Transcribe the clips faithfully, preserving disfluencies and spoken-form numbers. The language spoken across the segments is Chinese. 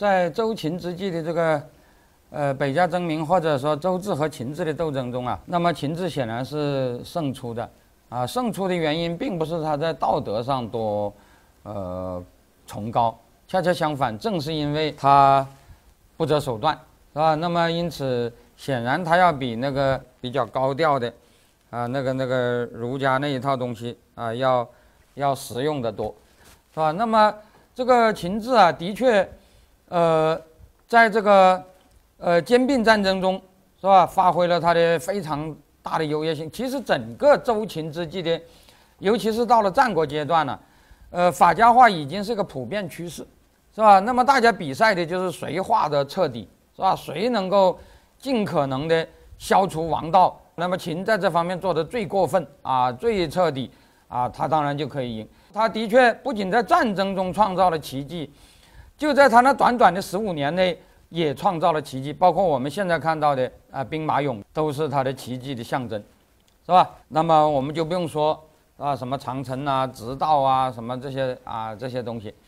在周秦之际的这个呃北家争鸣或者说周至和秦制的斗争中啊，那么秦制显然是胜出的啊。胜出的原因并不是他在道德上多呃崇高，恰恰相反，正是因为他不择手段，是吧？那么因此显然他要比那个比较高调的啊那个那个儒家那一套东西啊要要实用的多，是吧？那么这个秦制啊，的确，呃，在这个呃兼并战争中，是吧，发挥了它的非常大的优越性。其实整个周秦之际的，尤其是到了战国阶段呢、啊，呃，法家化已经是个普遍趋势，是吧？那么大家比赛的就是谁画的彻底，是吧？谁能够尽可能的消除王道。那么秦在这方面做的最过分啊，最彻底啊，他当然就可以赢。他的确不仅在战争中创造了奇迹，就在他那短短的十五年内也创造了奇迹，包括我们现在看到的啊兵马俑都是他的奇迹的象征，是吧？那么我们就不用说啊什么长城啊、直道啊什么这些啊这些东西。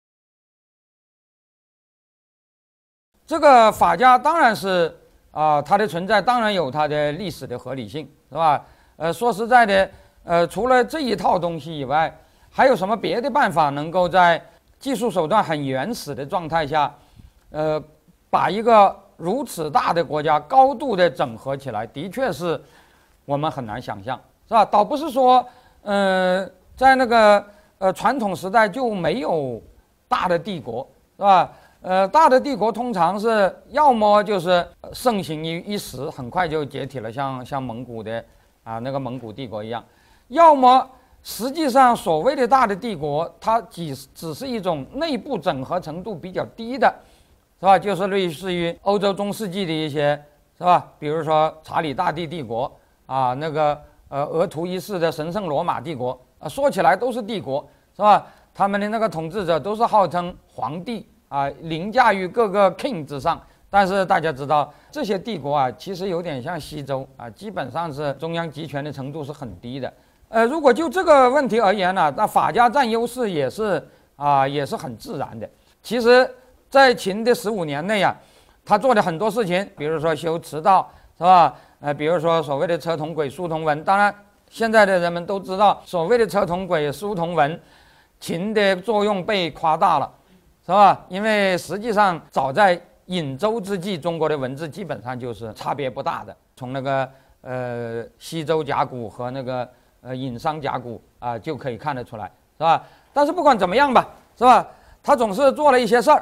这个法家当然是啊它的存在当然有它的历史的合理性，是吧？呃说实在的，呃除了这一套东西以外，还有什么别的办法能够在技术手段很原始的状态下，呃，把一个如此大的国家高度的整合起来？的确是我们很难想象，是吧？倒不是说，呃，在那个呃传统时代就没有大的帝国，是吧？呃，大的帝国通常是要么就是盛行于一时，很快就解体了，像像蒙古的啊那个蒙古帝国一样，要么实际上，所谓的大的帝国，它只只是一种内部整合程度比较低的，是吧？就是类似于欧洲中世纪的一些，是吧？比如说查理大帝帝国啊，那个呃俄图一世的神圣罗马帝国啊，说起来都是帝国，是吧？他们的那个统治者都是号称皇帝啊，凌驾于各个 king 之上。但是大家知道，这些帝国啊，其实有点像西周啊，基本上是中央集权的程度是很低的。呃，如果就这个问题而言呢、啊，那法家占优势也是啊，也是很自然的。其实，在秦的十五年内啊，他做的很多事情，比如说修驰道，是吧？呃，比如说所谓的车同轨、书同文。当然，现在的人们都知道，所谓的车同轨、书同文，秦的作用被夸大了，是吧？因为实际上，早在殷周之际，中国的文字基本上就是差别不大的。从那个呃西周甲骨和那个呃，殷商甲骨啊、呃，就可以看得出来，是吧？但是不管怎么样吧，是吧？他总是做了一些事儿。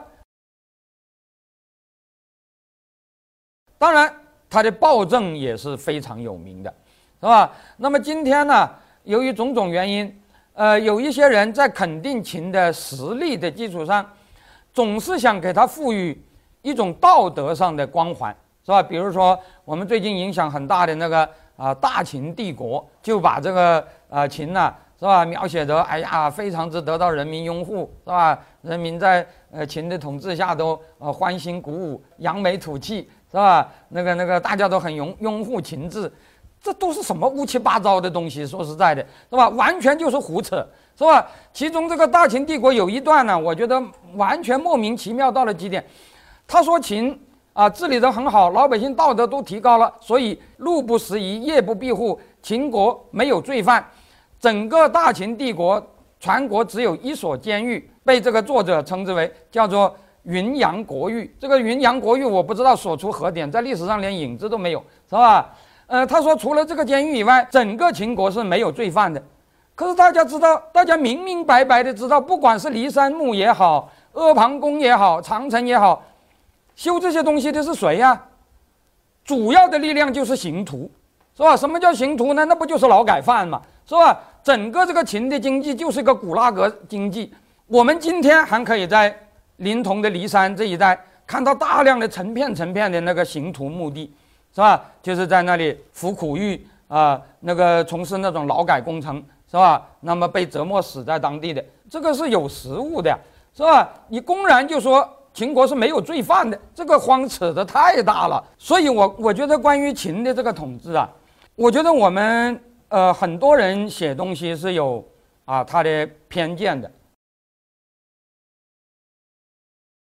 当然，他的暴政也是非常有名的，是吧？那么今天呢，由于种种原因，呃，有一些人在肯定秦的实力的基础上，总是想给他赋予一种道德上的光环，是吧？比如说，我们最近影响很大的那个。啊，大秦帝国就把这个呃秦呐、啊，是吧，描写得哎呀，非常之得到人民拥护，是吧？人民在呃秦的统治下都呃欢欣鼓舞，扬眉吐气，是吧？那个那个大家都很拥拥护秦制，这都是什么乌七八糟的东西？说实在的，是吧？完全就是胡扯，是吧？其中这个大秦帝国有一段呢，我觉得完全莫名其妙到了极点。他说秦。啊，治理得很好，老百姓道德都提高了，所以路不拾遗，夜不闭户，秦国没有罪犯。整个大秦帝国全国只有一所监狱，被这个作者称之为叫做云阳国狱。这个云阳国狱我不知道所出何典，在历史上连影子都没有，是吧？呃，他说除了这个监狱以外，整个秦国是没有罪犯的。可是大家知道，大家明明白白的知道，不管是骊山墓也好，阿房宫也好，长城也好。修这些东西的是谁呀、啊？主要的力量就是刑徒，是吧？什么叫刑徒呢？那不就是劳改犯嘛，是吧？整个这个秦的经济就是一个古拉格经济。我们今天还可以在临潼的骊山这一带看到大量的成片成片的那个刑徒墓地，是吧？就是在那里服苦役啊、呃，那个从事那种劳改工程，是吧？那么被折磨死在当地的，这个是有实物的，是吧？你公然就说。秦国是没有罪犯的，这个荒扯得太大了。所以我，我我觉得关于秦的这个统治啊，我觉得我们呃很多人写东西是有啊他的偏见的。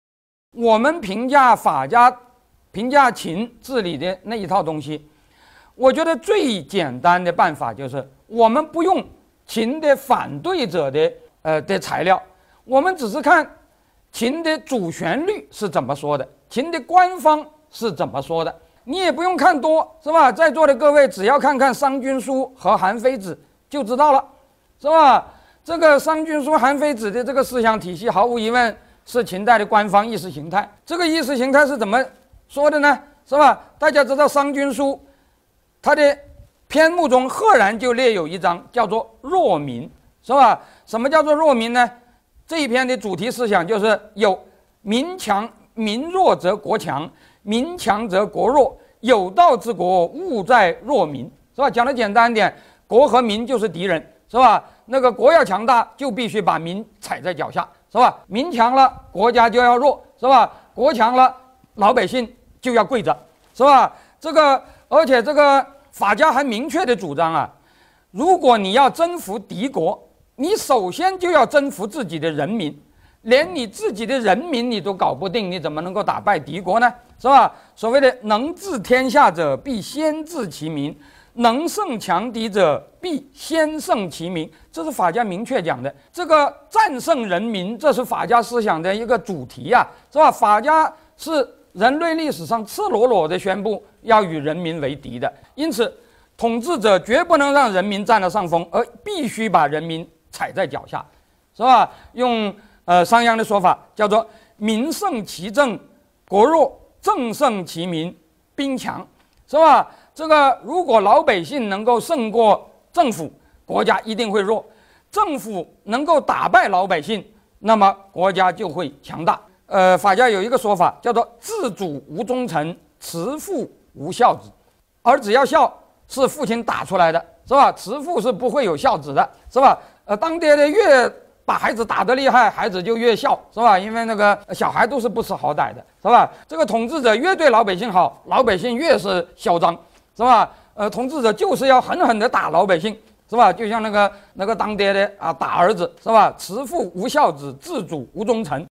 我们评价法家、评价秦治理的那一套东西，我觉得最简单的办法就是我们不用秦的反对者的呃的材料，我们只是看秦的主旋律是怎么说的，秦的官方是怎么说的。你也不用看多，是吧？在座的各位只要看看商君书和韩非子就知道了，是吧？这个商君书、韩非子的这个思想体系，毫无疑问是秦代的官方意识形态。这个意识形态是怎么说的呢？是吧？大家知道商君书，它的篇目中赫然就列有一章叫做弱民，是吧？什么叫做弱民呢？这一篇的主题思想就是有民强民弱则国强，民强则国弱，有道之国务在弱民，是吧？讲的简单一点，国和民就是敌人，是吧？那个国要强大，就必须把民踩在脚下，是吧？民强了，国家就要弱，是吧？国强了，老百姓就要跪着，是吧？这个，而且这个法家还明确的主张啊，如果你要征服敌国，你首先就要征服自己的人民，连你自己的人民你都搞不定，你怎么能够打败敌国呢？是吧？所谓的能治天下者，必先治其民；能胜强敌者，必先胜其民。这是法家明确讲的。这个战胜人民，这是法家思想的一个主题呀、啊，是吧？法家是人类历史上赤裸裸的宣布要与人民为敌的，因此，统治者绝不能让人民占了上风，而必须把人民踩在脚下，是吧？用呃商鞅的说法叫做“民胜其政，国弱；政胜其民，兵强”，是吧？这个如果老百姓能够胜过政府，国家一定会弱；政府能够打败老百姓，那么国家就会强大。呃，法家有一个说法叫做“自主无忠臣，慈父无孝子”，儿子要孝是父亲打出来的，是吧？慈父是不会有孝子的，是吧？呃，当爹的越把孩子打得厉害，孩子就越孝，是吧？因为那个小孩都是不识好歹的，是吧？这个统治者越对老百姓好，老百姓越是嚣张，是吧？呃，统治者就是要狠狠地打老百姓，是吧？就像那个那个当爹的啊，打儿子，是吧？慈父无孝子，自主无忠臣。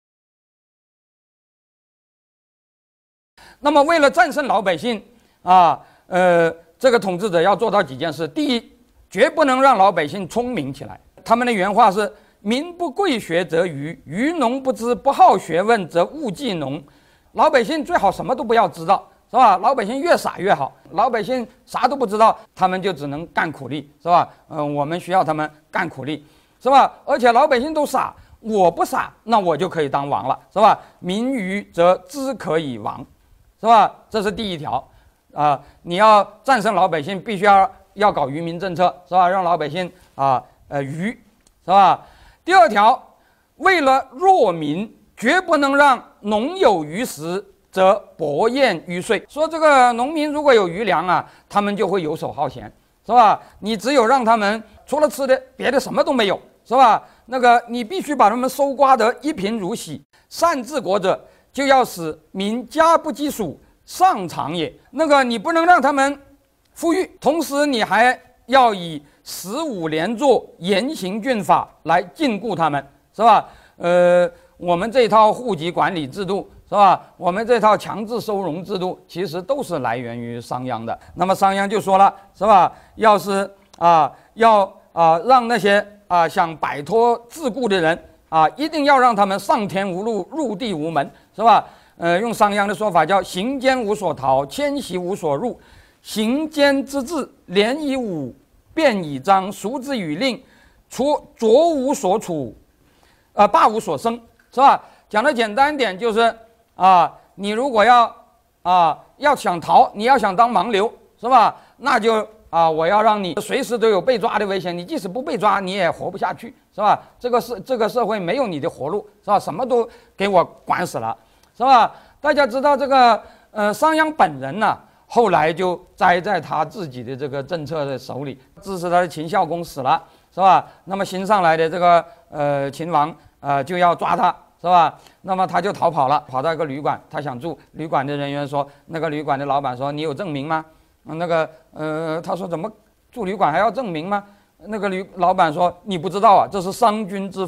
那么，为了战胜老百姓啊，呃，这个统治者要做到几件事：第一，绝不能让老百姓聪明起来。他们的原话是：“民不贵学则愚，愚农不知，不好学问则误技农。”老百姓最好什么都不要知道，是吧？老百姓越傻越好。老百姓啥都不知道，他们就只能干苦力，是吧？嗯、呃，我们需要他们干苦力，是吧？而且老百姓都傻，我不傻，那我就可以当王了，是吧？民愚则知可以亡，是吧？这是第一条啊、呃！你要战胜老百姓，必须要要搞愚民政策，是吧？让老百姓啊。呃，愚，是吧？第二条，为了弱民，绝不能让农有余食，则薄宴于税。说这个农民如果有余粮啊，他们就会游手好闲，是吧？你只有让他们除了吃的，别的什么都没有，是吧？那个你必须把他们搜刮得一贫如洗。善治国者，就要使民家不积黍，上常也。那个你不能让他们富裕，同时你还要以十五连坐、严刑峻法来禁锢他们，是吧？呃，我们这套户籍管理制度，是吧？我们这套强制收容制度，其实都是来源于商鞅的。那么商鞅就说了，是吧？要是啊，要啊，让那些啊想摆脱桎梏的人啊，一定要让他们上天无路，入地无门，是吧？呃，用商鞅的说法叫“行间无所逃，迁徙无所入，行间之治，廉以武。”变以章，熟之以令，除卓无所处，呃，罢无所生，是吧？讲的简单点就是啊，你如果要啊要想逃，你要想当盲流，是吧？那就啊，我要让你随时都有被抓的危险，你即使不被抓，你也活不下去，是吧？这个社这个社会没有你的活路，是吧？什么都给我管死了，是吧？大家知道这个呃，商鞅本人呢、啊？后来就栽在他自己的这个政策的手里，支持他的秦孝公死了，是吧？那么新上来的这个呃秦王呃就要抓他，是吧？那么他就逃跑了，跑到一个旅馆，他想住。旅馆的人员说，那个旅馆的老板说：“你有证明吗？”那个呃他说：“怎么住旅馆还要证明吗？”那个旅老板说：“你不知道啊，这是商君之法，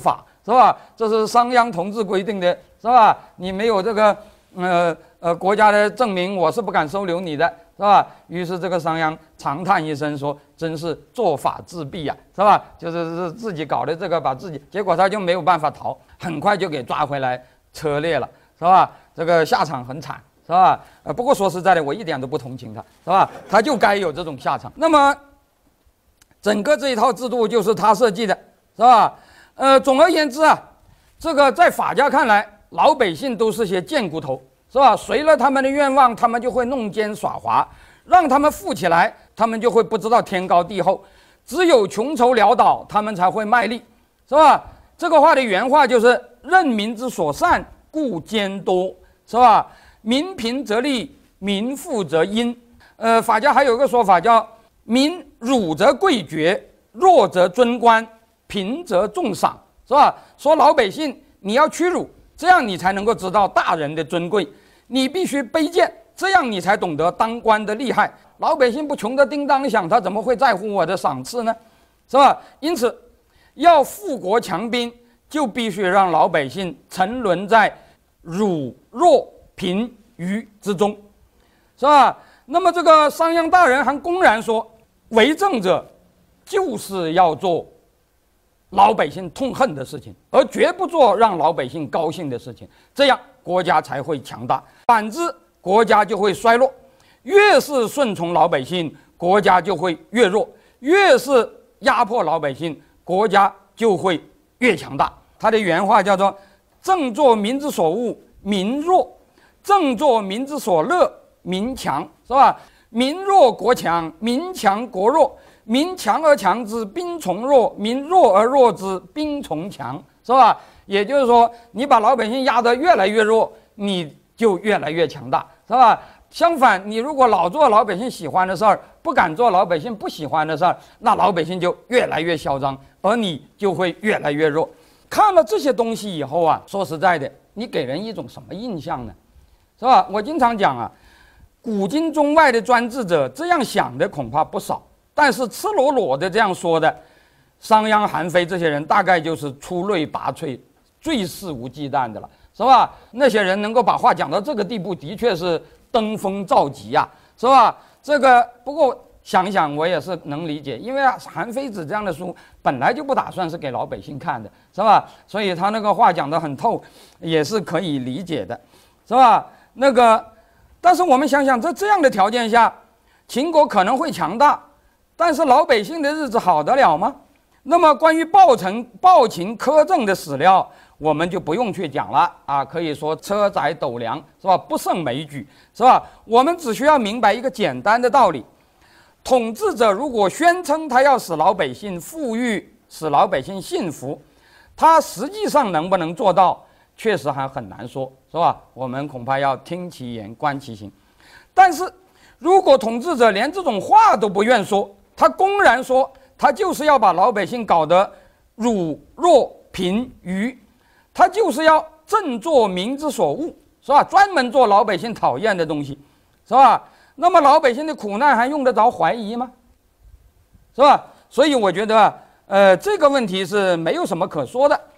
是吧？这是商鞅同志规定的，是吧？你没有这个呃呃国家的证明，我是不敢收留你的，是吧？于是这个商鞅长叹一声说：“真是做法自毙呀，是吧？就是是自己搞的这个，把自己，结果他就没有办法逃，很快就给抓回来车裂了，是吧？这个下场很惨。”是吧？呃，不过说实在的，我一点都不同情他，是吧？他就该有这种下场。那么，整个这一套制度就是他设计的，是吧？呃，总而言之啊，这个在法家看来，老百姓都是些贱骨头，是吧？随了他们的愿望，他们就会弄奸耍滑，让他们富起来，他们就会不知道天高地厚，只有穷愁潦倒，他们才会卖力，是吧？这个话的原话就是“任民之所善，故奸多”，是吧？民贫则利，民富则殷。呃，法家还有一个说法叫“民辱则贵爵，弱则尊官，贫则重赏”，是吧？说老百姓你要屈辱，这样你才能够知道大人的尊贵；你必须卑贱，这样你才懂得当官的厉害。老百姓不穷得叮当响，他怎么会在乎我的赏赐呢？是吧？因此，要富国强兵，就必须让老百姓沉沦在辱弱贫愚之中，是吧？那么这个商鞅大人还公然说，为政者就是要做老百姓痛恨的事情，而绝不做让老百姓高兴的事情，这样国家才会强大。反之，国家就会衰落。越是顺从老百姓，国家就会越弱；越是压迫老百姓，国家就会越强大。他的原话叫做：“政作民之所恶，民弱；政作民之所乐，民强。”是吧？民弱国强，民强国弱。民强而强之，兵从弱；民弱而弱之，兵从强。是吧？也就是说，你把老百姓压得越来越弱，你就越来越强大，是吧？相反，你如果老做老百姓喜欢的事儿，不敢做老百姓不喜欢的事儿，那老百姓就越来越嚣张，而你就会越来越弱。看了这些东西以后啊，说实在的，你给人一种什么印象呢？是吧？我经常讲啊，古今中外的专制者这样想的恐怕不少，但是赤裸裸的这样说的，商鞅、韩非这些人，大概就是出类拔萃、最肆无忌惮的了，是吧？那些人能够把话讲到这个地步，的确是登峰造极呀，是吧？这个不过想想我也是能理解，因为韩非子这样的书本来就不打算是给老百姓看的，是吧？所以他那个话讲得很透，也是可以理解的，是吧？那个，但是我们想想，在这样的条件下，秦国可能会强大，但是老百姓的日子好得了吗？那么关于暴臣、暴秦苛政的史料，我们就不用去讲了啊，可以说车载斗量，是吧？不胜枚举，是吧？我们只需要明白一个简单的道理：统治者如果宣称他要使老百姓富裕，使老百姓幸福，他实际上能不能做到，确实还很难说，是吧？我们恐怕要听其言，观其行。但是如果统治者连这种话都不愿说，他公然说他就是要把老百姓搞得辱弱贫愚，他就是要正做民之所恶，是吧？专门做老百姓讨厌的东西，是吧？那么老百姓的苦难还用得着怀疑吗？是吧？所以我觉得，呃，这个问题是没有什么可说的。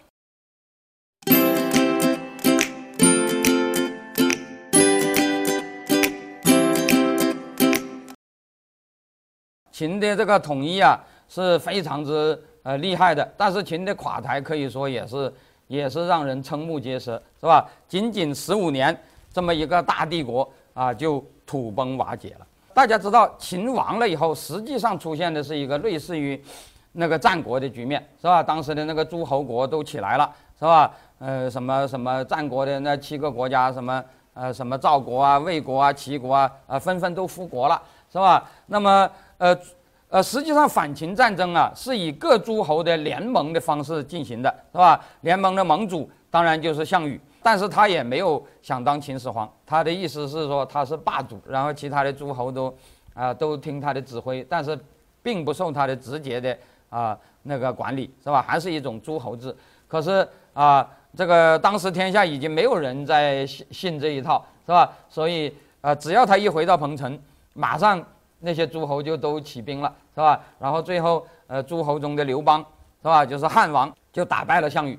秦的这个统一啊，是非常之呃厉害的，但是秦的垮台可以说也是也是让人瞠目结舌，是吧？仅仅十五年，这么一个大帝国啊，就土崩瓦解了。大家知道，秦亡了以后，实际上出现的是一个类似于那个战国的局面，是吧？当时的那个诸侯国都起来了，是吧？呃，什么什么战国的那七个国家，什么呃什么赵国啊、魏国啊、齐国啊，呃，纷纷都复国了，是吧？那么呃呃，实际上反秦战争啊，是以各诸侯的联盟的方式进行的，是吧？联盟的盟主当然就是项羽，但是他也没有想当秦始皇，他的意思是说他是霸主，然后其他的诸侯都啊、呃、都听他的指挥，但是并不受他的直接的啊、呃、那个管理，是吧？还是一种诸侯制。可是啊、呃，这个当时天下已经没有人在信信这一套，是吧？所以呃，只要他一回到彭城，马上那些诸侯就都起兵了，是吧？然后最后呃，诸侯中的刘邦，是吧？就是汉王就打败了项羽。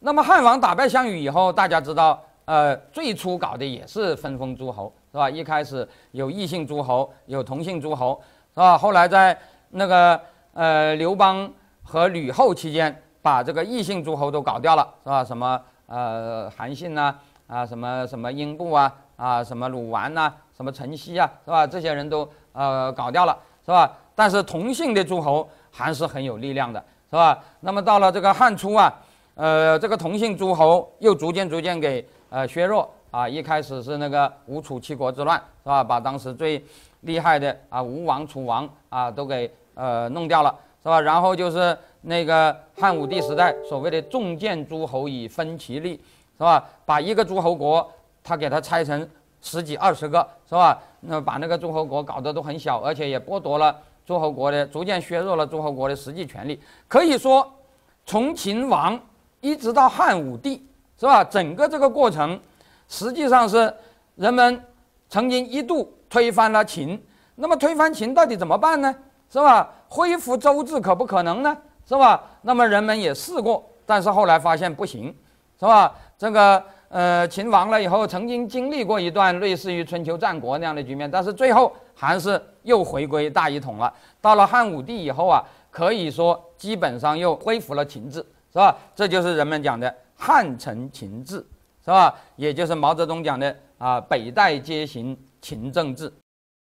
那么汉王打败项羽以后，大家知道，呃，最初搞的也是分封诸侯，是吧？一开始有异姓诸侯，有同姓诸侯，是吧？后来在那个呃刘邦和吕后期间，把这个异姓诸侯都搞掉了，是吧？什么呃韩信呐，啊什么什么英布啊，啊什么鲁完呐、什么陈豨啊，是吧？这些人都呃搞掉了，是吧？但是同姓的诸侯还是很有力量的，是吧？那么到了这个汉初啊，呃，这个同姓诸侯又逐渐逐渐给呃削弱啊。一开始是那个吴楚七国之乱，是吧？把当时最厉害的啊吴王、楚王啊都给呃弄掉了，是吧？然后就是那个汉武帝时代所谓的重建诸侯以分其力，是吧？把一个诸侯国他给它拆成十几二十个，是吧？那把那个诸侯国搞得都很小，而且也剥夺了诸侯国的，逐渐削弱了诸侯国的实际权力。可以说，从秦王一直到汉武帝，是吧？整个这个过程，实际上是人们曾经一度推翻了秦。那么推翻秦到底怎么办呢？是吧？恢复周制可不可能呢？是吧？那么人们也试过，但是后来发现不行，是吧？这个呃，秦亡了以后，曾经经历过一段类似于春秋战国那样的局面，但是最后还是又回归大一统了。到了汉武帝以后啊，可以说基本上又恢复了秦制，是吧？这就是人们讲的汉承秦制，是吧？也就是毛泽东讲的啊，北代皆行秦政治。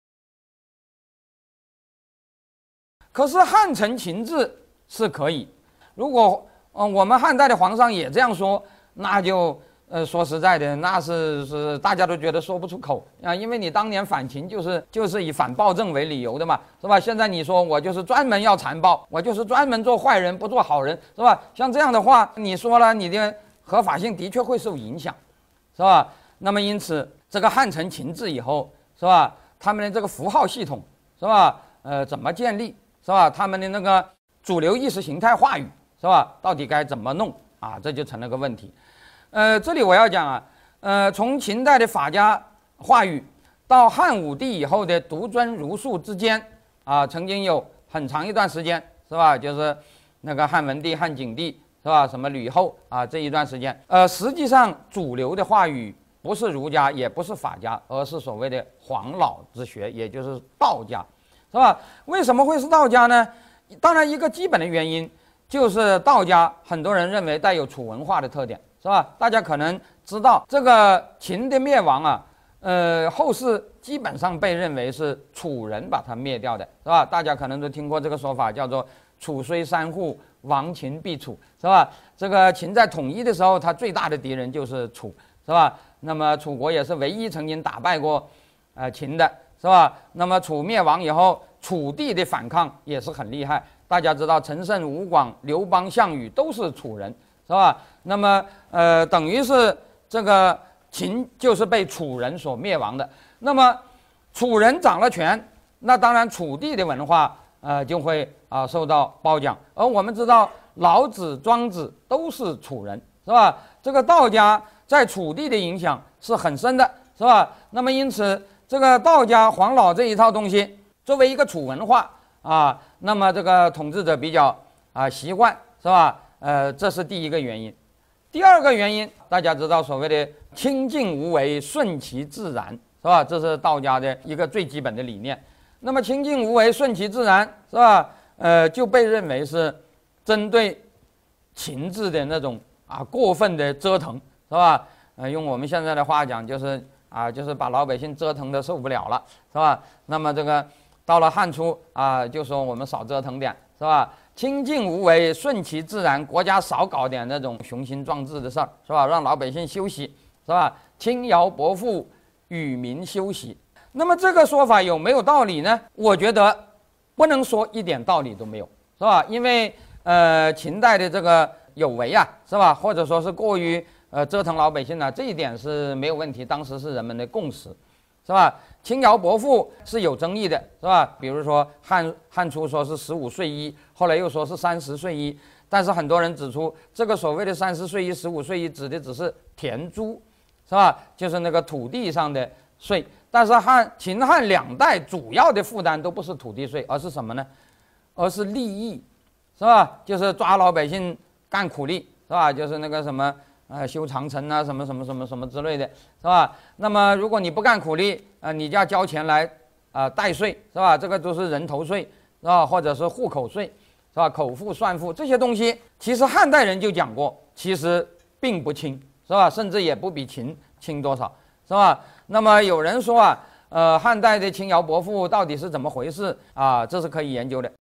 可是汉承秦制是可以，如果嗯、呃、我们汉代的皇上也这样说，那就呃说实在的，那是是大家都觉得说不出口啊，因为你当年反秦就是就是以反暴政为理由的嘛，是吧？现在你说我就是专门要残暴，我就是专门做坏人不做好人，是吧？像这样的话，你说了，你的合法性的确会受影响，是吧？那么因此，这个汉承秦制以后，是吧？他们的这个符号系统，是吧？呃，怎么建立？是吧？他们的那个主流意识形态话语，是吧？到底该怎么弄啊？这就成了个问题。呃，这里我要讲啊，呃，从秦代的法家话语到汉武帝以后的独尊儒术之间啊，曾经有很长一段时间，是吧？就是那个汉文帝、汉景帝，是吧？什么吕后啊，这一段时间，呃，实际上主流的话语不是儒家，也不是法家，而是所谓的黄老之学，也就是道家。是吧？为什么会是道家呢？当然，一个基本的原因就是道家很多人认为带有楚文化的特点，是吧？大家可能知道，这个秦的灭亡啊，呃，后世基本上被认为是楚人把它灭掉的，是吧？大家可能都听过这个说法，叫做“楚虽三户，亡秦必楚”，是吧？这个秦在统一的时候，他最大的敌人就是楚，是吧？那么楚国也是唯一曾经打败过呃秦的。是吧？那么楚灭亡以后，楚地的反抗也是很厉害。大家知道，陈胜、吴广、刘邦、项羽都是楚人，是吧？那么，呃，等于是这个秦就是被楚人所灭亡的。那么，楚人掌了权，那当然楚地的文化，呃，就会啊、呃、受到褒奖。而我们知道，老子、庄子都是楚人，是吧？这个道家在楚地的影响是很深的，是吧？那么因此。这个道家黄老这一套东西，作为一个楚文化啊，那么这个统治者比较啊习惯，是吧？呃，这是第一个原因。第二个原因，大家知道所谓的清静无为，顺其自然，是吧？这是道家的一个最基本的理念。那么清静无为，顺其自然，是吧？呃，就被认为是针对秦制的那种啊过分的折腾，是吧？呃，用我们现在的话讲，就是。啊，就是把老百姓折腾的受不了了，是吧？那么这个到了汉初啊，就说我们少折腾点，是吧？清静无为，顺其自然，国家少搞点那种雄心壮志的事儿，是吧？让老百姓休息，是吧？轻徭薄赋，与民休息。那么这个说法有没有道理呢？我觉得不能说一点道理都没有，是吧？因为呃，秦代的这个有为啊，是吧？或者说是过于。呃，折腾老百姓呢，这一点是没有问题，当时是人们的共识，是吧？轻徭薄赋是有争议的，是吧？比如说汉汉初说是十五岁一，后来又说是三十岁一，但是很多人指出，这个所谓的三十岁一、十五岁一指的只是田租，是吧？就是那个土地上的税。但是汉秦汉两代主要的负担都不是土地税，而是什么呢？而是利益，是吧？就是抓老百姓干苦力。 是吧？就是那个什么呃修长城啊，什么什么什么什么之类的，是吧？那么如果你不干苦力啊、呃，你就要交钱来啊、呃、代税，是吧？这个都是人头税，是吧？或者是户口税，是吧？口腹算赋这些东西，其实汉代人就讲过，其实并不轻，是吧？甚至也不比秦轻多少，是吧？那么有人说啊，呃，汉代的轻徭薄赋到底是怎么回事啊？这是可以研究的。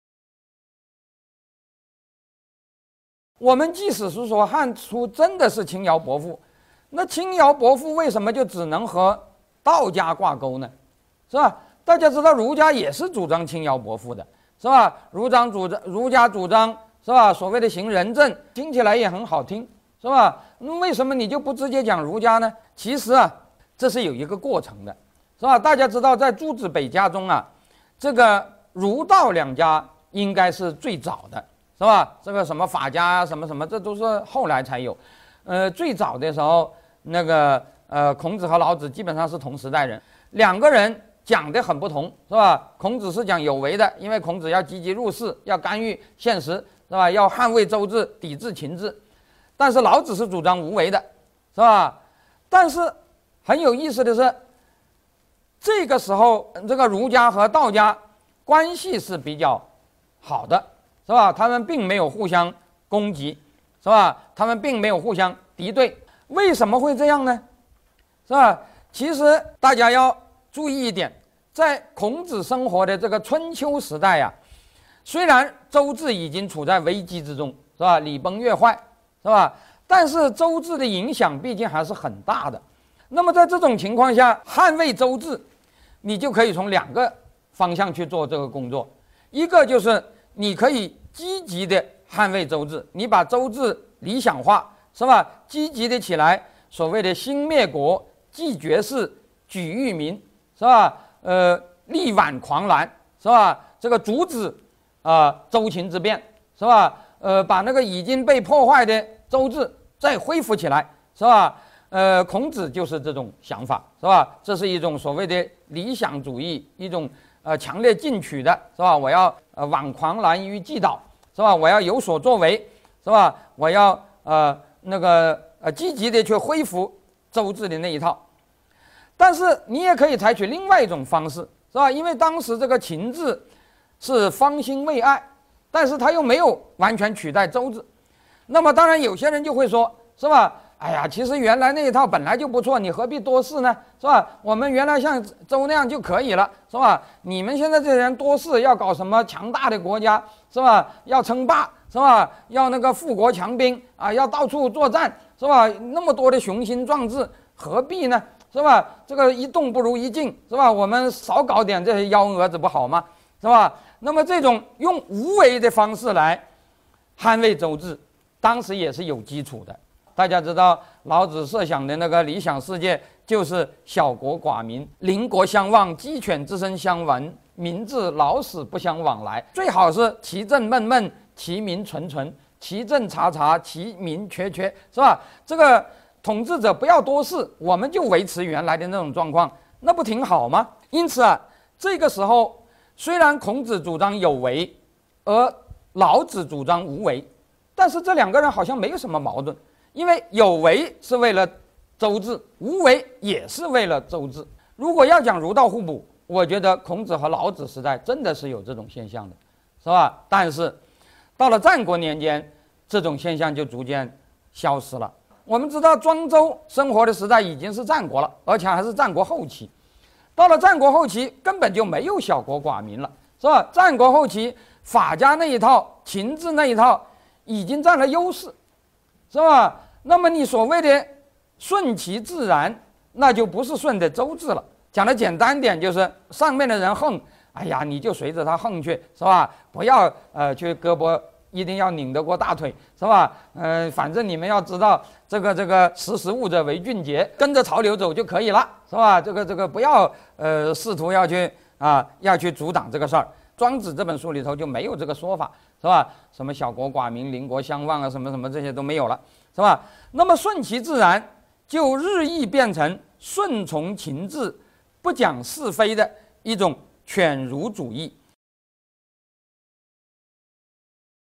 我们即使是说汉初真的是轻徭薄赋，那轻徭薄赋为什么就只能和道家挂钩呢？是吧？大家知道儒家也是主张轻徭薄赋的，是吧？儒张主张儒家主张是吧？所谓的行仁政，听起来也很好听，是吧？那为什么你就不直接讲儒家呢？其实啊，这是有一个过程的，是吧？大家知道，在诸子百家中啊，这个儒道两家应该是最早的。是吧？这个什么法家啊，什么什么，这都是后来才有。呃，最早的时候，那个呃，孔子和老子基本上是同时代人，两个人讲的很不同，是吧？孔子是讲有为的，因为孔子要积极入世，要干预现实，是吧？要捍卫周制，抵制秦制。但是老子是主张无为的，是吧？但是很有意思的是，这个时候这个儒家和道家关系是比较好的。是吧？他们并没有互相攻击，是吧？他们并没有互相敌对。为什么会这样呢？是吧？其实大家要注意一点，在孔子生活的这个春秋时代呀、啊，虽然周制已经处在危机之中，是吧？礼崩乐坏，是吧？但是周制的影响毕竟还是很大的。那么在这种情况下，捍卫周制，你就可以从两个方向去做这个工作，一个就是你可以积极的捍卫周制，你把周制理想化，是吧？积极的起来，所谓的兴灭国、继绝世、举裕民，是吧？呃，力挽狂澜，是吧？这个阻止啊、呃、周秦之变，是吧？呃，把那个已经被破坏的周制再恢复起来，是吧？呃，孔子就是这种想法，是吧？这是一种所谓的理想主义，一种呃强烈进取的，是吧？我要呃挽狂澜于既倒，是吧？我要有所作为，是吧？我要呃那个呃积极的去恢复周制的那一套。但是你也可以采取另外一种方式，是吧？因为当时这个秦制是方兴未艾，但是他又没有完全取代周制。那么当然有些人就会说，是吧？哎呀，其实原来那一套本来就不错，你何必多试呢？是吧？我们原来像周那样就可以了，是吧？你们现在这些人多试，要搞什么强大的国家，是吧？要称霸，是吧？要那个富国强兵啊，要到处作战，是吧？那么多的雄心壮志，何必呢？是吧？这个一动不如一静，是吧？我们少搞点这些幺蛾子不好吗？是吧？那么这种用无为的方式来捍卫周制，当时也是有基础的。大家知道，老子设想的那个理想世界就是小国寡民，邻国相望，鸡犬之声相闻，民至老死不相往来。最好是其政闷闷，其民纯纯，其政察察，其民缺缺，是吧？这个统治者不要多事，我们就维持原来的那种状况，那不挺好吗？因此啊，这个时候虽然孔子主张有为，而老子主张无为，但是这两个人好像没有什么矛盾。因为有为是为了周制，无为也是为了周制。如果要讲儒道互补，我觉得孔子和老子时代真的是有这种现象的，是吧？但是到了战国年间，这种现象就逐渐消失了。我们知道庄周生活的时代已经是战国了，而且还是战国后期。到了战国后期，根本就没有小国寡民了，是吧？战国后期，法家那一套、秦制那一套已经占了优势，是吧？那么你所谓的顺其自然，那就不是顺的周制了。讲的简单点，就是上面的人横，哎呀，你就随着他横去，是吧？不要呃去胳膊一定要拧得过大腿，是吧？呃，反正你们要知道，这个这个识时务者为俊杰，跟着潮流走就可以了，是吧？这个这个不要呃试图要去啊要去阻挡这个事儿。庄子这本书里头就没有这个说法，是吧？什么小国寡民、邻国相望啊，什么什么这些都没有了，是吧？那么顺其自然就日益变成顺从秦制、不讲是非的一种犬儒主义。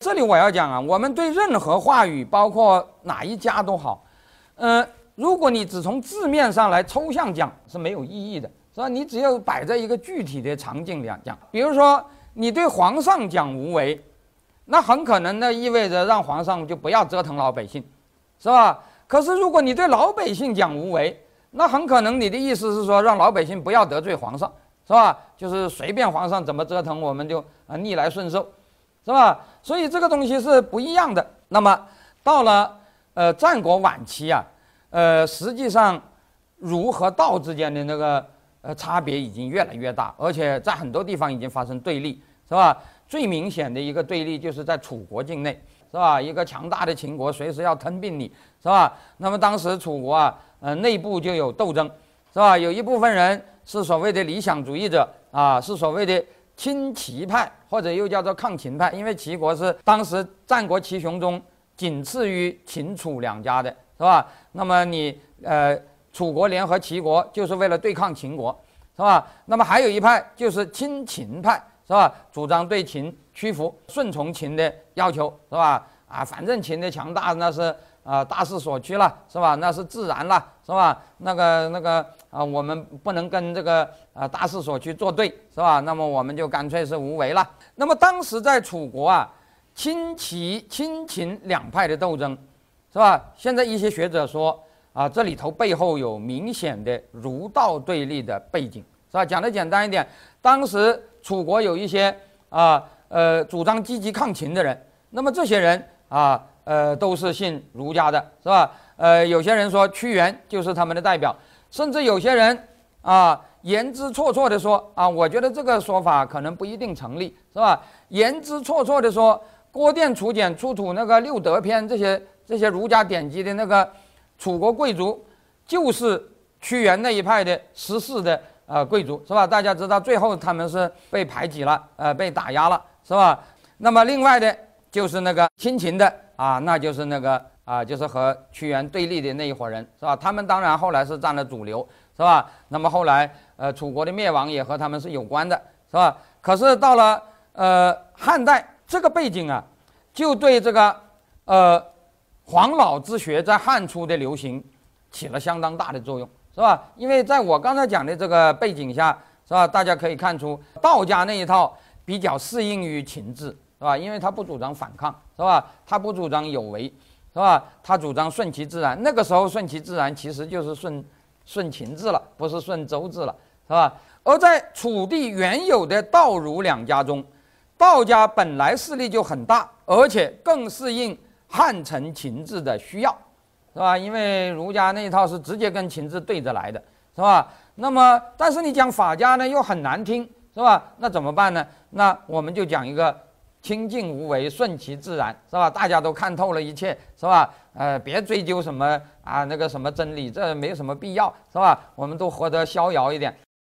这里我要讲啊，我们对任何话语，包括哪一家都好，呃，如果你只从字面上来抽象讲是没有意义的，是吧？你只有摆在一个具体的场景里讲，比如说你对皇上讲无为，那很可能呢意味着让皇上就不要折腾老百姓，是吧？可是如果你对老百姓讲无为，那很可能你的意思是说让老百姓不要得罪皇上，是吧？就是随便皇上怎么折腾，我们就啊逆来顺受，是吧？所以这个东西是不一样的。那么到了呃战国晚期啊，呃实际上儒和道之间的那个呃差别已经越来越大，而且在很多地方已经发生对立，是吧？最明显的一个对立就是在楚国境内，是吧？一个强大的秦国随时要吞并你，是吧？那么当时楚国啊，呃内部就有斗争，是吧？有一部分人是所谓的理想主义者啊，是所谓的亲齐派，或者又叫做抗秦派，因为齐国是当时战国七雄中仅次于秦楚两家的，是吧？那么你呃楚国联合齐国就是为了对抗秦国，是吧？那么还有一派就是亲秦派，是吧？主张对秦屈服，顺从秦的要求，是吧？啊，反正秦的强大那是啊、呃、大势所趋了，是吧？那是自然了，是吧？那个那个啊、呃，我们不能跟这个啊、呃、大势所趋作对，是吧？那么我们就干脆是无为了。那么当时在楚国啊，亲齐、亲秦两派的斗争，是吧？现在一些学者说啊，这里头背后有明显的儒道对立的背景，是吧？讲的简单一点，当时楚国有一些啊呃主张积极抗秦的人，那么这些人啊呃都是信儒家的，是吧？呃有些人说屈原就是他们的代表，甚至有些人啊言之错错的说啊，我觉得这个说法可能不一定成立，是吧？言之错错的说郭店楚简出土那个六德篇这些这些儒家典籍的那个楚国贵族就是屈原那一派的十四的呃贵族，是吧？大家知道最后他们是被排挤了，呃被打压了，是吧？那么另外的就是那个亲秦的啊，那就是那个啊就是和屈原对立的那一伙人，是吧？他们当然后来是占了主流，是吧？那么后来呃楚国的灭亡也和他们是有关的，是吧？可是到了呃汉代这个背景啊，就对这个呃黄老之学在汉初的流行起了相当大的作用，是吧？因为在我刚才讲的这个背景下，是吧？大家可以看出道家那一套比较适应于秦制，是吧？因为他不主张反抗，是吧？他不主张有为，是吧？他主张顺其自然。那个时候顺其自然其实就是顺顺秦制了，不是顺周制了，是吧？而在楚地原有的道儒两家中，道家本来势力就很大，而且更适应汉承秦制的需要，是吧？因为儒家那一套是直接跟秦制对着来的，是吧？那么但是你讲法家呢又很难听，是吧？那怎么办呢？那我们就讲一个清静无为，顺其自然，是吧？大家都看透了一切，是吧？呃，别追究什么啊那个什么真理，这没什么必要，是吧？我们都活得逍遥一点。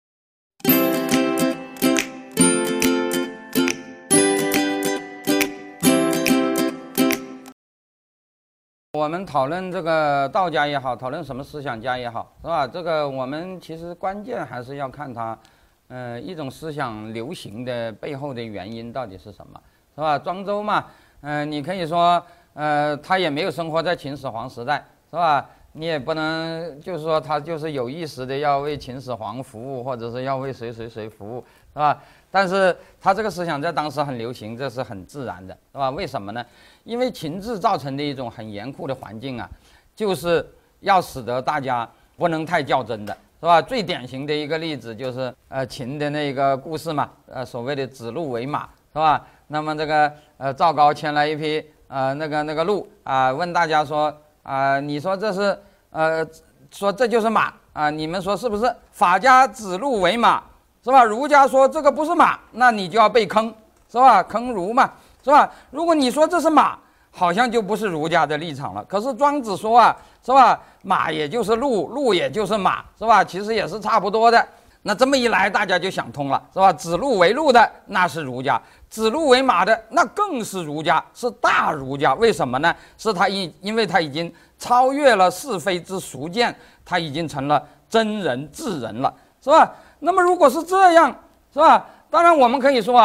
我们讨论这个道家也好，讨论什么思想家也好，是吧？这个我们其实关键还是要看它，呃，一种思想流行的背后的原因到底是什么，是吧？庄周嘛，嗯、呃，你可以说，呃，他也没有生活在秦始皇时代，是吧？你也不能就是说他就是有意识的要为秦始皇服务，或者是要为谁谁谁服务，是吧？但是他这个思想在当时很流行，这是很自然的，是吧？为什么呢？因为秦制造成的一种很严酷的环境啊，就是要使得大家不能太较真的，是吧？最典型的一个例子就是呃秦的那个故事嘛，呃所谓的指鹿为马，是吧？那么这个呃赵高牵来一匹呃那个那个鹿啊、呃，问大家说啊、呃，你说这是呃说这就是马啊、呃，你们说是不是？法家指鹿为马，是吧？儒家说这个不是马，那你就要被坑，是吧？坑儒嘛，是吧？如果你说这是马，好像就不是儒家的立场了。可是庄子说啊，是吧？马也就是鹿，鹿也就是马，是吧？其实也是差不多的。那这么一来，大家就想通了，是吧？指鹿为鹿的那是儒家，指鹿为马的那更是儒家，是大儒家。为什么呢？是他因因为他已经超越了是非之俗见，他已经成了真人治人了，是吧？那么如果是这样，是吧？当然我们可以说啊，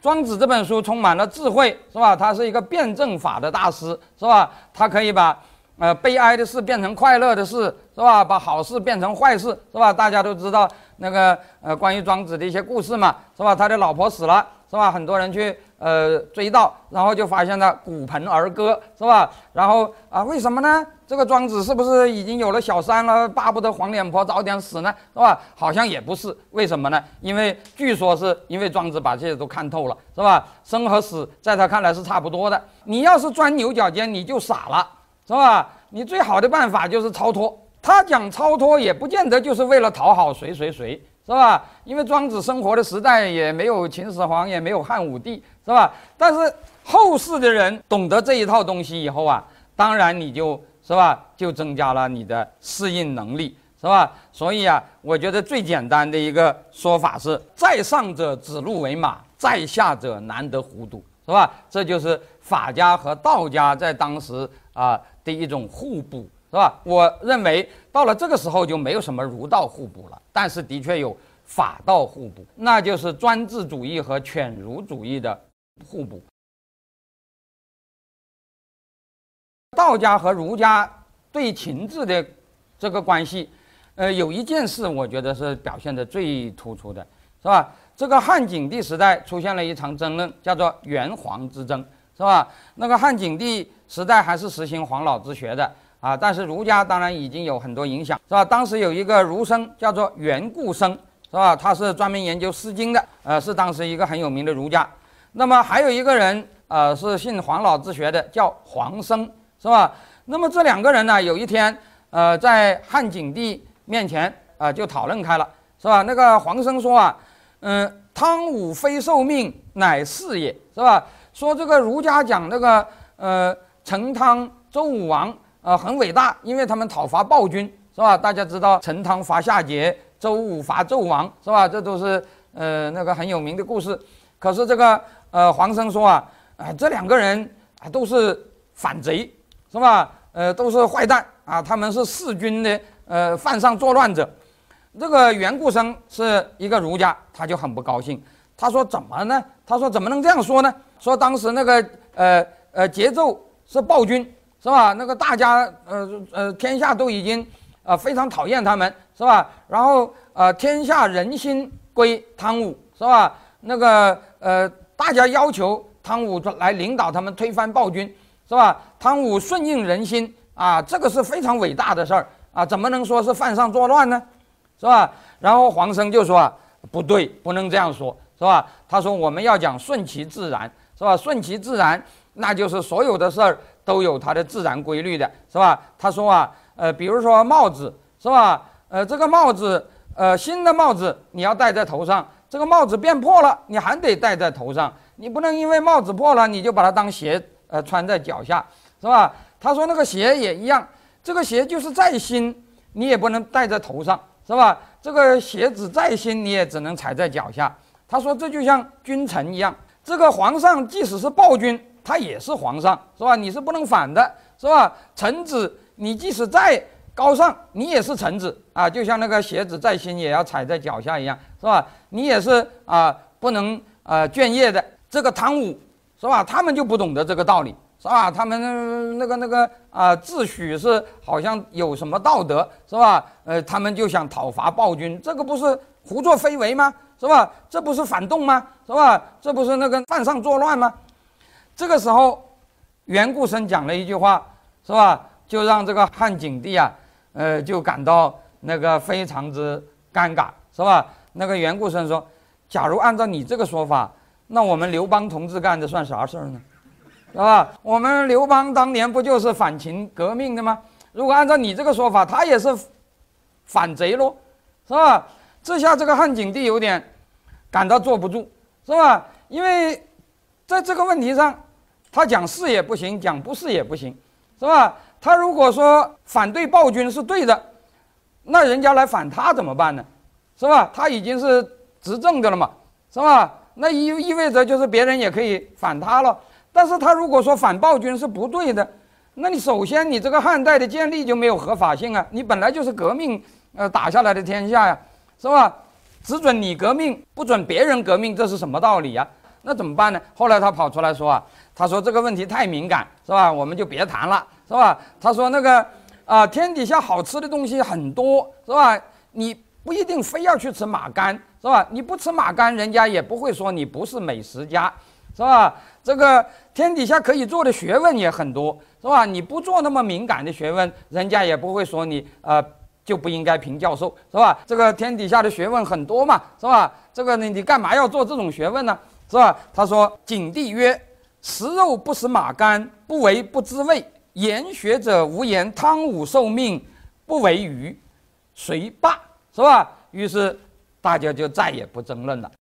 庄子这本书充满了智慧，是吧？他是一个辩证法的大师，是吧？他可以把呃悲哀的事变成快乐的事，是吧？把好事变成坏事，是吧？大家都知道那个呃关于庄子的一些故事嘛，是吧？他的老婆死了，是吧？很多人去呃追悼，然后就发现了骨盆儿歌，是吧？然后啊，为什么呢？这个庄子是不是已经有了小三了，巴不得黄脸婆早点死呢？是吧？好像也不是，为什么呢？因为据说是因为庄子把这些都看透了，是吧？生和死在他看来是差不多的。你要是钻牛角尖，你就傻了，是吧？你最好的办法就是超脱。他讲超脱也不见得就是为了讨好谁谁谁，是吧？因为庄子生活的时代也没有秦始皇，也没有汉武帝，是吧？但是后世的人懂得这一套东西以后啊，当然你就是吧，就增加了你的适应能力，是吧？所以啊，我觉得最简单的一个说法是：在上者指鹿为马，在下者难得糊涂，是吧？这就是法家和道家在当时啊的一种互补，是吧？我认为到了这个时候就没有什么儒道互补了，但是的确有法道互补，那就是专制主义和犬儒主义的互补。道家和儒家对情志的这个关系，呃，有一件事我觉得是表现的最突出的，是吧？这个汉景帝时代出现了一场争论，叫做元黄之争，是吧？那个汉景帝时代还是实行黄老之学的啊，但是儒家当然已经有很多影响，是吧？当时有一个儒生叫做袁固生，是吧？他是专门研究《诗经》的，呃，是当时一个很有名的儒家。那么还有一个人，呃，是信黄老之学的，叫黄生。是吧？那么这两个人呢，有一天，呃，在汉景帝面前啊、呃，就讨论开了，是吧？那个黄生说啊，嗯、呃，汤武非受命，乃是也，是吧？说这个儒家讲那个呃陈汤周武王呃很伟大，因为他们讨伐暴君，是吧？大家知道陈汤伐夏桀，周武伐纣王，是吧？这都是呃那个很有名的故事。可是这个呃黄生说啊，啊、呃、这两个人啊都是反贼。是吧？呃，都是坏蛋啊！他们是弑君的，呃，犯上作乱者。这个袁固生是一个儒家，他就很不高兴。他说：“怎么呢？他说怎么能这样说呢？说当时那个呃呃桀纣是暴君，是吧？那个大家呃呃天下都已经呃非常讨厌他们，是吧？然后呃天下人心归汤武，是吧？那个呃大家要求汤武来领导他们推翻暴君。”是吧？汤武顺应人心啊，这个是非常伟大的事儿啊，怎么能说是犯上作乱呢？是吧？然后黄生就说、啊、不对，不能这样说，是吧？他说我们要讲顺其自然，是吧？顺其自然，那就是所有的事儿都有它的自然规律的，是吧？他说啊，呃，比如说帽子，是吧？呃，这个帽子，呃，新的帽子你要戴在头上，这个帽子变破了，你还得戴在头上，你不能因为帽子破了你就把它当鞋。呃，穿在脚下，是吧？他说那个鞋也一样，这个鞋就是再新，你也不能戴在头上，是吧？这个鞋子再新，你也只能踩在脚下。他说这就像君臣一样，这个皇上即使是暴君，他也是皇上，是吧？你是不能反的，是吧？臣子，你即使再高尚，你也是臣子啊，就像那个鞋子再新，也要踩在脚下一样，是吧？你也是啊，不能呃倦业的。这个汤武。是吧？他们就不懂得这个道理，是吧？他们那个那个啊、呃，自诩是好像有什么道德，是吧？呃，他们就想讨伐暴君，这个不是胡作非为吗？是吧？这不是反动吗？是吧？这不是那个犯上作乱吗？这个时候，袁固生讲了一句话，是吧？就让这个汉景帝啊，呃，就感到那个非常之尴尬，是吧？那个袁固生说：“假如按照你这个说法。”那我们刘邦同志干的算啥事儿呢？是吧？我们刘邦当年不就是反秦革命的吗？如果按照你这个说法，他也是反贼咯，是吧？这下这个汉景帝有点感到坐不住，是吧？因为在这个问题上，他讲是也不行，讲不是也不行，是吧？他如果说反对暴君是对的，那人家来反他怎么办呢？是吧？他已经是执政的了嘛，是吧？那意意味着就是别人也可以反他了。但是他如果说反暴君是不对的，那你首先你这个汉代的建立就没有合法性啊，你本来就是革命呃打下来的天下呀，是吧？只准你革命，不准别人革命，这是什么道理啊？ 那怎么办呢？后来他跑出来说啊，他说这个问题太敏感，是吧？我们就别谈了，是吧？他说那个啊、呃，天底下好吃的东西很多，是吧？你不一定非要去吃马肝，是吧？你不吃马肝，人家也不会说你不是美食家，是吧？这个天底下可以做的学问也很多，是吧？你不做那么敏感的学问，人家也不会说你呃就不应该评教授，是吧？这个天底下的学问很多嘛，是吧？这个呢，你干嘛要做这种学问呢？是吧？他说：“景帝曰：食肉不食马肝，不为不知味。言学者无言汤武受命，不为鱼，谁罢？”是吧？于是大家就再也不争论了。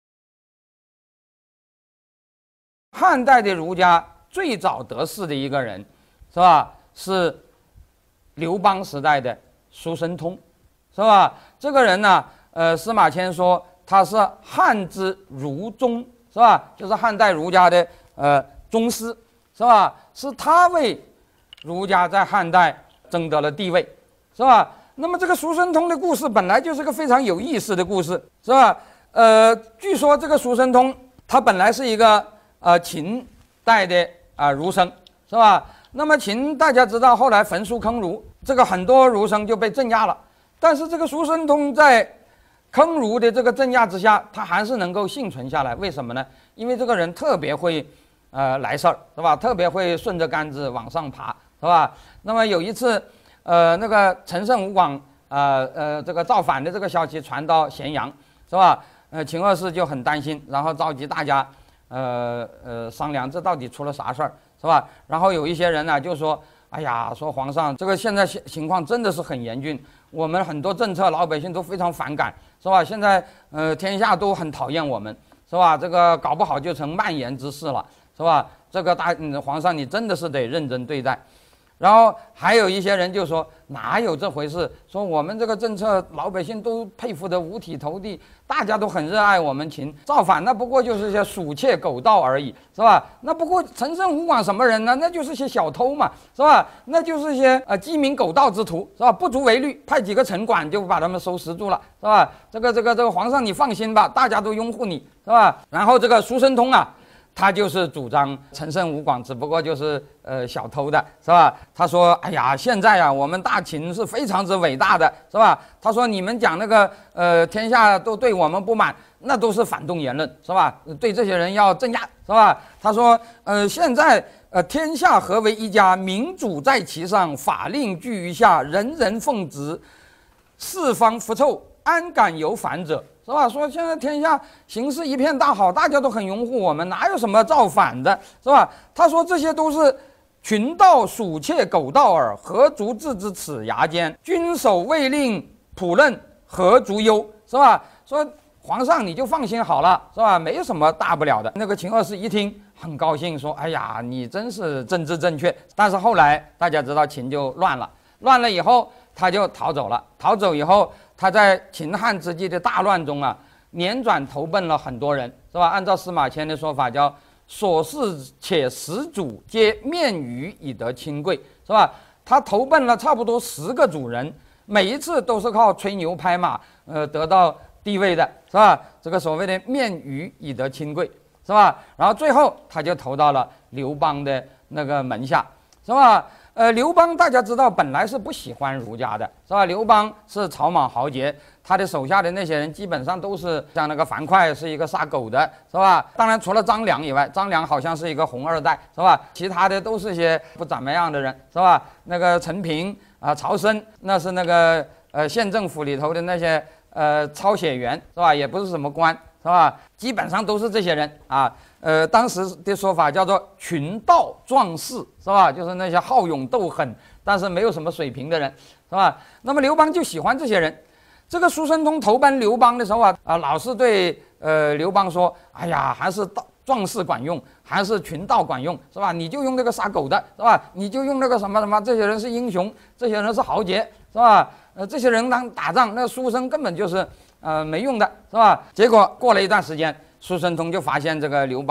汉代的儒家最早得势的一个人，是吧？是刘邦时代的苏申通，是吧？这个人呢，呃，司马迁说他是汉之儒宗，是吧？就是汉代儒家的呃宗师，是吧？是他为儒家在汉代争得了地位，是吧？那么这个苏申通的故事本来就是个非常有意思的故事，是吧？呃，据说这个苏申通他本来是一个呃秦代的啊、呃、儒生，是吧？那么秦大家知道后来焚书坑儒，这个很多儒生就被镇压了，但是这个苏申通在坑儒的这个镇压之下，他还是能够幸存下来。为什么呢？因为这个人特别会呃来事儿，是吧？特别会顺着杆子往上爬，是吧？那么有一次，呃，那个陈胜吴广呃呃这个造反的这个消息传到咸阳，是吧？呃，秦二世就很担心，然后召集大家呃呃商量，这到底出了啥事儿，是吧？然后有一些人呢就说，哎呀，说皇上这个现在情况真的是很严峻，我们很多政策老百姓都非常反感，是吧？现在呃天下都很讨厌我们，是吧？这个搞不好就成蔓延之势了，是吧？这个大、嗯、皇上你真的是得认真对待。然后还有一些人就说哪有这回事，说我们这个政策老百姓都佩服得五体投地，大家都很热爱我们秦，造反那不过就是些鼠窃狗盗而已，是吧？那不过陈胜吴广什么人呢？那就是些小偷嘛，是吧？那就是些呃鸡鸣狗盗之徒，是吧？不足为虑，派几个城管就把他们收拾住了，是吧？这个这个这个皇上你放心吧，大家都拥护你，是吧？然后这个苏申通啊，他就是主张陈胜吴广只不过就是呃小偷的，是吧？他说：“哎呀，现在啊，我们大秦是非常之伟大的，是吧？”他说：“你们讲那个呃天下都对我们不满，那都是反动言论，是吧？对这些人要镇压，是吧？”他说：“呃，现在呃天下合为一家，民主在其上，法令居于下，人人奉职，四方服胄，安敢有反者？”是吧？说现在天下形势一片大好，大家都很拥护我们，哪有什么造反的，是吧？他说这些都是群盗鼠窃狗盗耳，何足置之齿牙间？君守未令普任，何足忧？是吧？说皇上你就放心好了，是吧？没有什么大不了的。那个秦二世一听很高兴，说：“哎呀，你真是政治正确。”但是后来大家知道秦就乱了，乱了以后他就逃走了。逃走以后，他在秦汉之际的大乱中啊，辗转投奔了很多人，是吧？按照司马迁的说法，叫所事且十主，皆面鱼以得亲贵，是吧？他投奔了差不多十个主人，每一次都是靠吹牛拍马，呃，得到地位的，是吧？这个所谓的面鱼以得亲贵，是吧？然后最后他就投到了刘邦的那个门下，是吧？呃，刘邦大家知道本来是不喜欢儒家的，是吧？刘邦是草莽豪杰，他的手下的那些人基本上都是像那个樊哙是一个杀狗的，是吧？当然除了张良以外，张良好像是一个红二代，是吧？其他的都是些不怎么样的人，是吧？那个陈平啊、呃、曹参，那是那个呃县政府里头的那些呃抄写员，是吧？也不是什么官，是吧？基本上都是这些人啊。呃，当时的说法叫做群盗壮士，是吧？就是那些好勇斗狠，但是没有什么水平的人，是吧？那么刘邦就喜欢这些人。这个苏申通投奔刘邦的时候啊，啊，老是对呃刘邦说：“哎呀，还是盗壮士管用，还是群盗管用，是吧？你就用那个杀狗的，是吧？你就用那个什么什么，这些人是英雄，这些人是豪杰，是吧？呃，这些人当打仗，那书生根本就是呃没用的，是吧？结果过了一段时间。”苏申通就发现这个刘邦，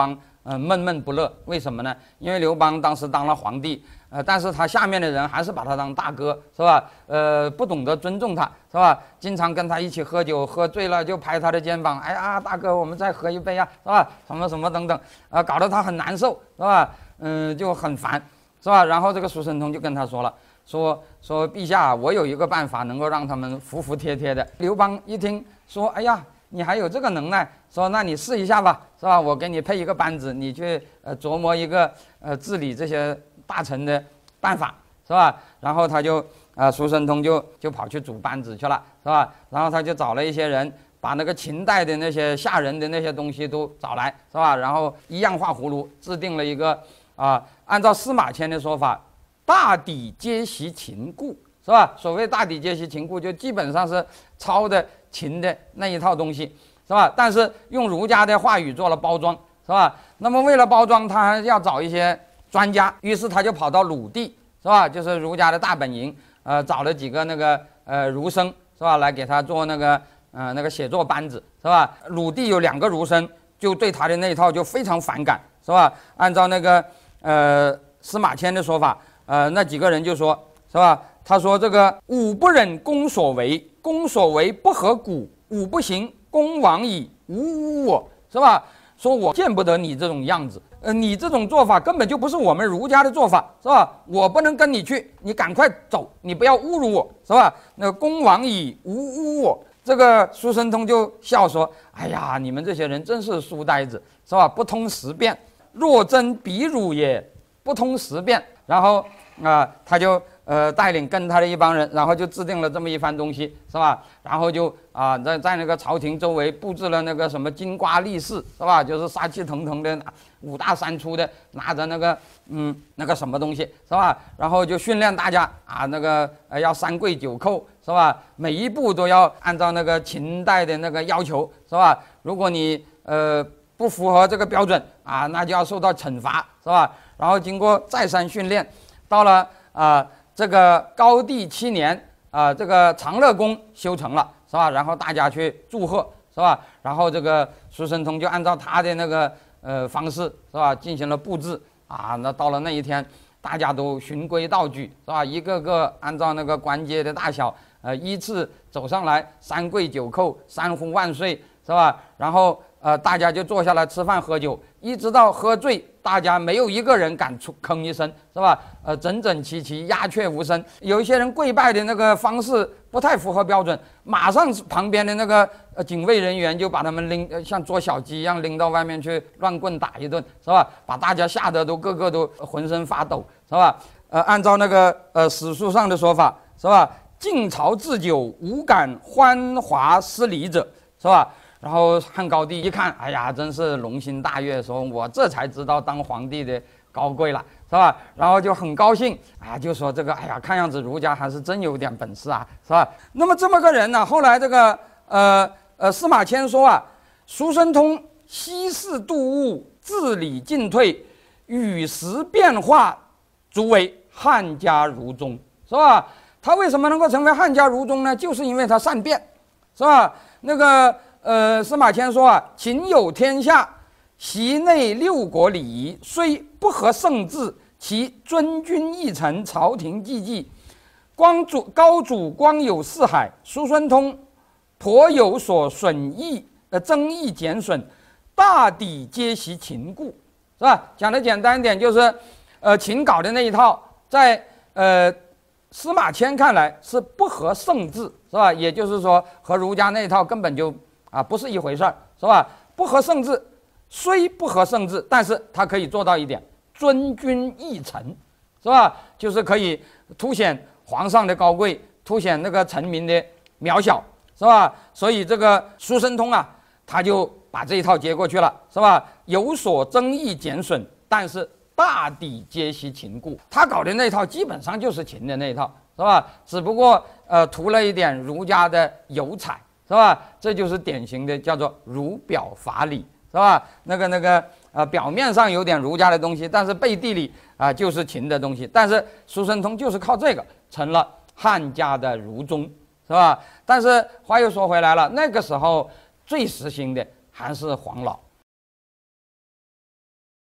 呃闷闷不乐。为什么呢？因为刘邦当时当了皇帝，呃，但是他下面的人还是把他当大哥，是吧？呃，不懂得尊重他，是吧？经常跟他一起喝酒，喝醉了就拍他的肩膀，哎呀，大哥，我们再喝一杯啊，是吧？什么什么等等，啊、呃，搞得他很难受，是吧？嗯、呃，就很烦，是吧？然后这个苏申通就跟他说了。说说陛下，我有一个办法能够让他们服服帖帖的。刘邦一听说，哎呀，你还有这个能耐，说那你试一下吧，是吧？我给你配一个班子，你去呃琢磨一个呃治理这些大臣的办法，是吧？然后他就啊、呃，苏申通就就跑去组班子去了，是吧？然后他就找了一些人，把那个秦代的那些吓人的那些东西都找来，是吧？然后一样画葫芦，制定了一个啊、呃，按照司马迁的说法。大抵皆习秦故，是吧？所谓大抵皆习秦故，就基本上是抄的秦的那一套东西，是吧？但是用儒家的话语做了包装，是吧？那么为了包装，他还要找一些专家，于是他就跑到鲁地，是吧？就是儒家的大本营，呃，找了几个那个呃儒生，是吧？来给他做那个呃那个写作班子，是吧？鲁地有两个儒生，就对他的那一套就非常反感，是吧？按照那个呃司马迁的说法。呃，那几个人就说，是吧？他说这个吾不忍公所为，公所为不合古，吾不行，公往矣，无吾我，是吧？说我见不得你这种样子，呃，你这种做法根本就不是我们儒家的做法，是吧？我不能跟你去，你赶快走，你不要侮辱我，是吧？那个公往矣，无吾我。这个苏申通就笑说：“哎呀，你们这些人真是书呆子，是吧？不通识变，若真比汝也，不通识变。”然后啊、呃，他就呃带领跟他的一帮人，然后就制定了这么一番东西，是吧？然后就啊、呃、在在那个朝廷周围布置了那个什么金瓜力士，是吧？就是杀气腾腾的五大三粗的，拿着那个嗯那个什么东西，是吧？然后就训练大家啊，那个呃要三跪九叩，是吧？每一步都要按照那个秦代的那个要求，是吧？如果你呃不符合这个标准啊，那就要受到惩罚，是吧？然后经过再三训练，到了啊、呃、这个高帝七年啊、呃，这个长乐宫修成了，是吧？然后大家去祝贺，是吧？然后这个苏申通就按照他的那个呃方式，是吧？进行了布置啊。那到了那一天，大家都循规蹈矩，是吧？一个个按照那个官阶的大小，呃，依次走上来，三跪九叩，三呼万岁，是吧？然后呃，大家就坐下来吃饭喝酒，一直到喝醉，大家没有一个人敢出吭一声，是吧？呃，整整齐齐，鸦雀无声。有一些人跪拜的那个方式不太符合标准，马上旁边的那个呃警卫人员就把他们拎，呃、像捉小鸡一样拎到外面去乱棍打一顿，是吧？把大家吓得都个个都浑身发抖，是吧？呃，按照那个呃史书上的说法，是吧？晋朝置酒，无敢欢华失礼者，是吧？然后汉高帝一看，哎呀，真是龙心大悦，说我这才知道当皇帝的高贵了，是吧？然后就很高兴，哎呀，就说这个，哎呀，看样子儒家还是真有点本事啊，是吧？那么这么个人呢，后来这个呃呃司马迁说啊，苏申通稀释度物，治理进退，与时变化，足为汉家儒宗，是吧？他为什么能够成为汉家儒宗呢？就是因为他善变，是吧？那个。呃，司马迁说啊，秦有天下，习内六国礼仪，虽不合圣制，其尊君义臣，朝廷济济。光主高祖光有四海，苏孙通颇有所损益，呃，增益减损，大抵皆习秦故，是吧？讲的简单一点，就是呃，秦搞的那一套，在呃司马迁看来是不合圣制，是吧？也就是说，和儒家那一套根本就。啊，不是一回事儿，是吧？不合圣制，虽不合圣制，但是他可以做到一点，尊君义臣，是吧？就是可以凸显皇上的高贵，凸显那个臣民的渺小，是吧？所以这个苏申通啊，他就把这一套接过去了，是吧？有所增益减损，但是大抵皆习秦故。他搞的那套基本上就是秦的那一套，是吧？只不过呃涂了一点儒家的油彩。是吧？这就是典型的叫做儒表法理，是吧？那个那个呃，表面上有点儒家的东西，但是背地里啊、呃、就是秦的东西。但是苏申通就是靠这个成了汉家的儒宗，是吧？但是话又说回来了，那个时候最实行的还是黄老。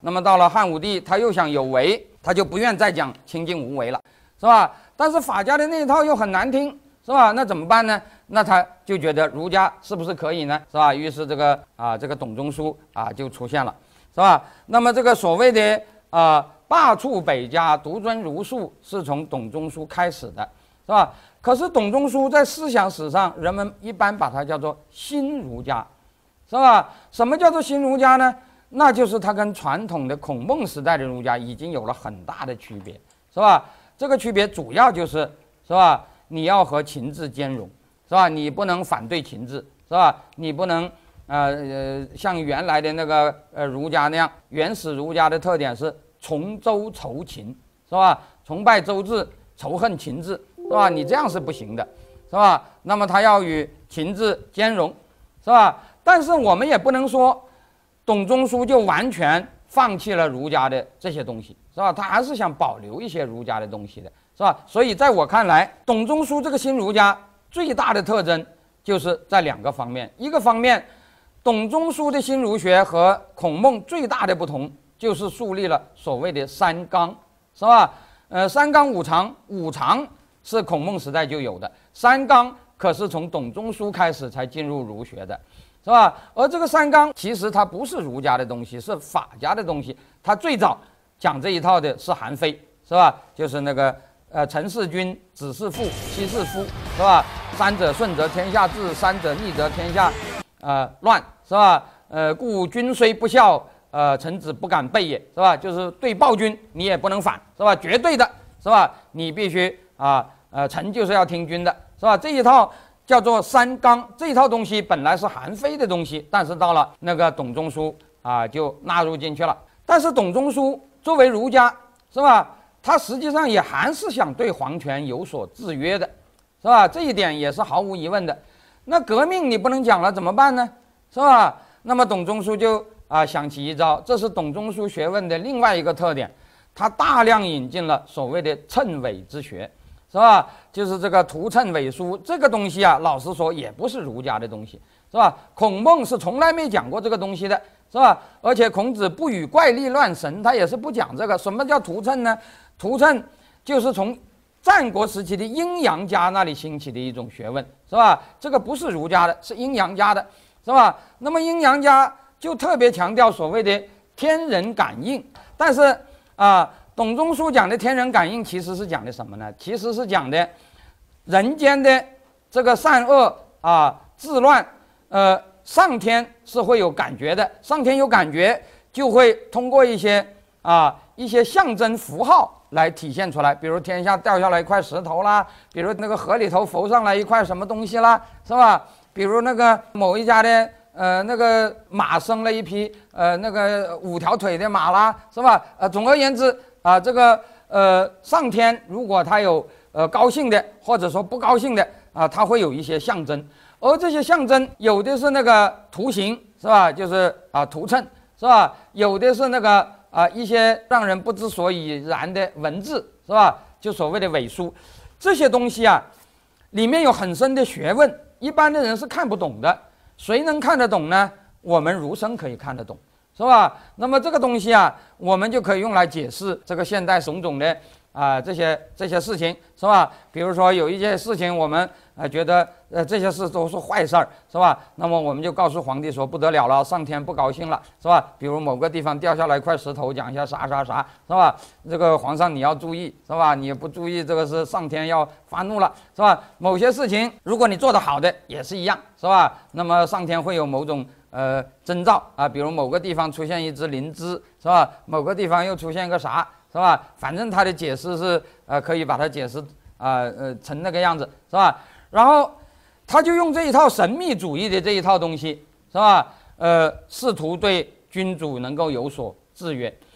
那么到了汉武帝，他又想有为，他就不愿再讲清净无为了，是吧？但是法家的那一套又很难听，是吧？那怎么办呢？那他就觉得儒家是不是可以呢？是吧？于是这个啊，这个董仲舒啊就出现了，是吧？那么这个所谓的啊罢黜百家，独尊儒术，是从董仲舒开始的，是吧？可是董仲舒在思想史上，人们一般把它叫做新儒家，是吧？什么叫做新儒家呢？那就是它跟传统的孔孟时代的儒家已经有了很大的区别，是吧？这个区别主要就是，是吧？你要和情志兼容，是吧？你不能反对情志，是吧？你不能呃呃像原来的那个呃儒家那样，原始儒家的特点是崇周仇秦，是吧？崇拜周制，仇恨秦制，是吧？你这样是不行的，是吧？那么他要与秦制兼容，是吧？但是我们也不能说董仲舒就完全放弃了儒家的这些东西，是吧？他还是想保留一些儒家的东西的，是吧？所以在我看来，董仲舒这个新儒家最大的特征就是在两个方面。一个方面，董仲舒的新儒学和孔孟最大的不同就是树立了所谓的三纲，是吧？呃，三纲五常，五常是孔孟时代就有的，三纲可是从董仲舒开始才进入儒学的，是吧？而这个三纲其实它不是儒家的东西，是法家的东西。它最早讲这一套的是韩非，是吧？就是那个呃，臣是君，子是父，妻是夫，是吧？三者顺则天下治，三者逆则天下呃乱，是吧？呃，故君虽不孝，呃，臣子不敢背也，是吧？就是对暴君你也不能反，是吧？绝对的，是吧？你必须啊，呃，臣就是要听君的，是吧？这一套叫做三纲，这一套东西本来是韩非的东西，但是到了那个董仲舒啊，就纳入进去了。但是董仲舒作为儒家，是吧？他实际上也还是想对皇权有所制约的，是吧？这一点也是毫无疑问的。那革命你不能讲了，怎么办呢？是吧？那么董仲舒就啊想起一招，这是董仲舒学问的另外一个特点，他大量引进了所谓的谶纬之学，是吧？就是这个图谶纬书这个东西啊，老实说也不是儒家的东西，是吧？孔孟是从来没讲过这个东西的，是吧？而且孔子不与怪力乱神，他也是不讲这个。什么叫图谶呢？图谶就是从战国时期的阴阳家那里兴起的一种学问，是吧？这个不是儒家的，是阴阳家的，是吧？那么阴阳家就特别强调所谓的天人感应，但是啊，董仲舒讲的天人感应其实是讲的什么呢？其实是讲的人间的这个善恶啊、治乱，呃，上天是会有感觉的，上天有感觉就会通过一些啊一些象征符号来体现出来，比如天下掉下来一块石头啦，比如那个河里头浮上来一块什么东西啦，是吧？比如那个某一家的呃那个马生了一匹呃那个五条腿的马啦，是吧？呃，总而言之啊、呃，这个呃上天如果他有呃高兴的或者说不高兴的啊、呃，他会有一些象征，而这些象征有的是那个图形，是吧？就是啊、呃、图谶，是吧？有的是那个。啊，一些让人不知所以然的文字，是吧？就所谓的伪书，这些东西啊，里面有很深的学问，一般的人是看不懂的。谁能看得懂呢？我们儒生可以看得懂，是吧？那么这个东西啊，我们就可以用来解释这个现代种种的啊、呃、这些这些事情，是吧？比如说有一件事情，我们啊、呃、觉得呃这些事都是坏事儿，是吧？那么我们就告诉皇帝说不得了了，上天不高兴了，是吧？比如某个地方掉下来一块石头，讲一下啥啥啥，是吧？这个皇上你要注意，是吧？你不注意，这个是上天要发怒了，是吧？某些事情如果你做得好的也是一样，是吧？那么上天会有某种呃征兆啊，比如某个地方出现一只灵芝，是吧？某个地方又出现个啥，是吧？反正他的解释是呃可以把它解释啊 呃, 呃成那个样子，是吧？然后他就用这一套神秘主义的这一套东西，是吧？呃，试图对君主能够有所制约。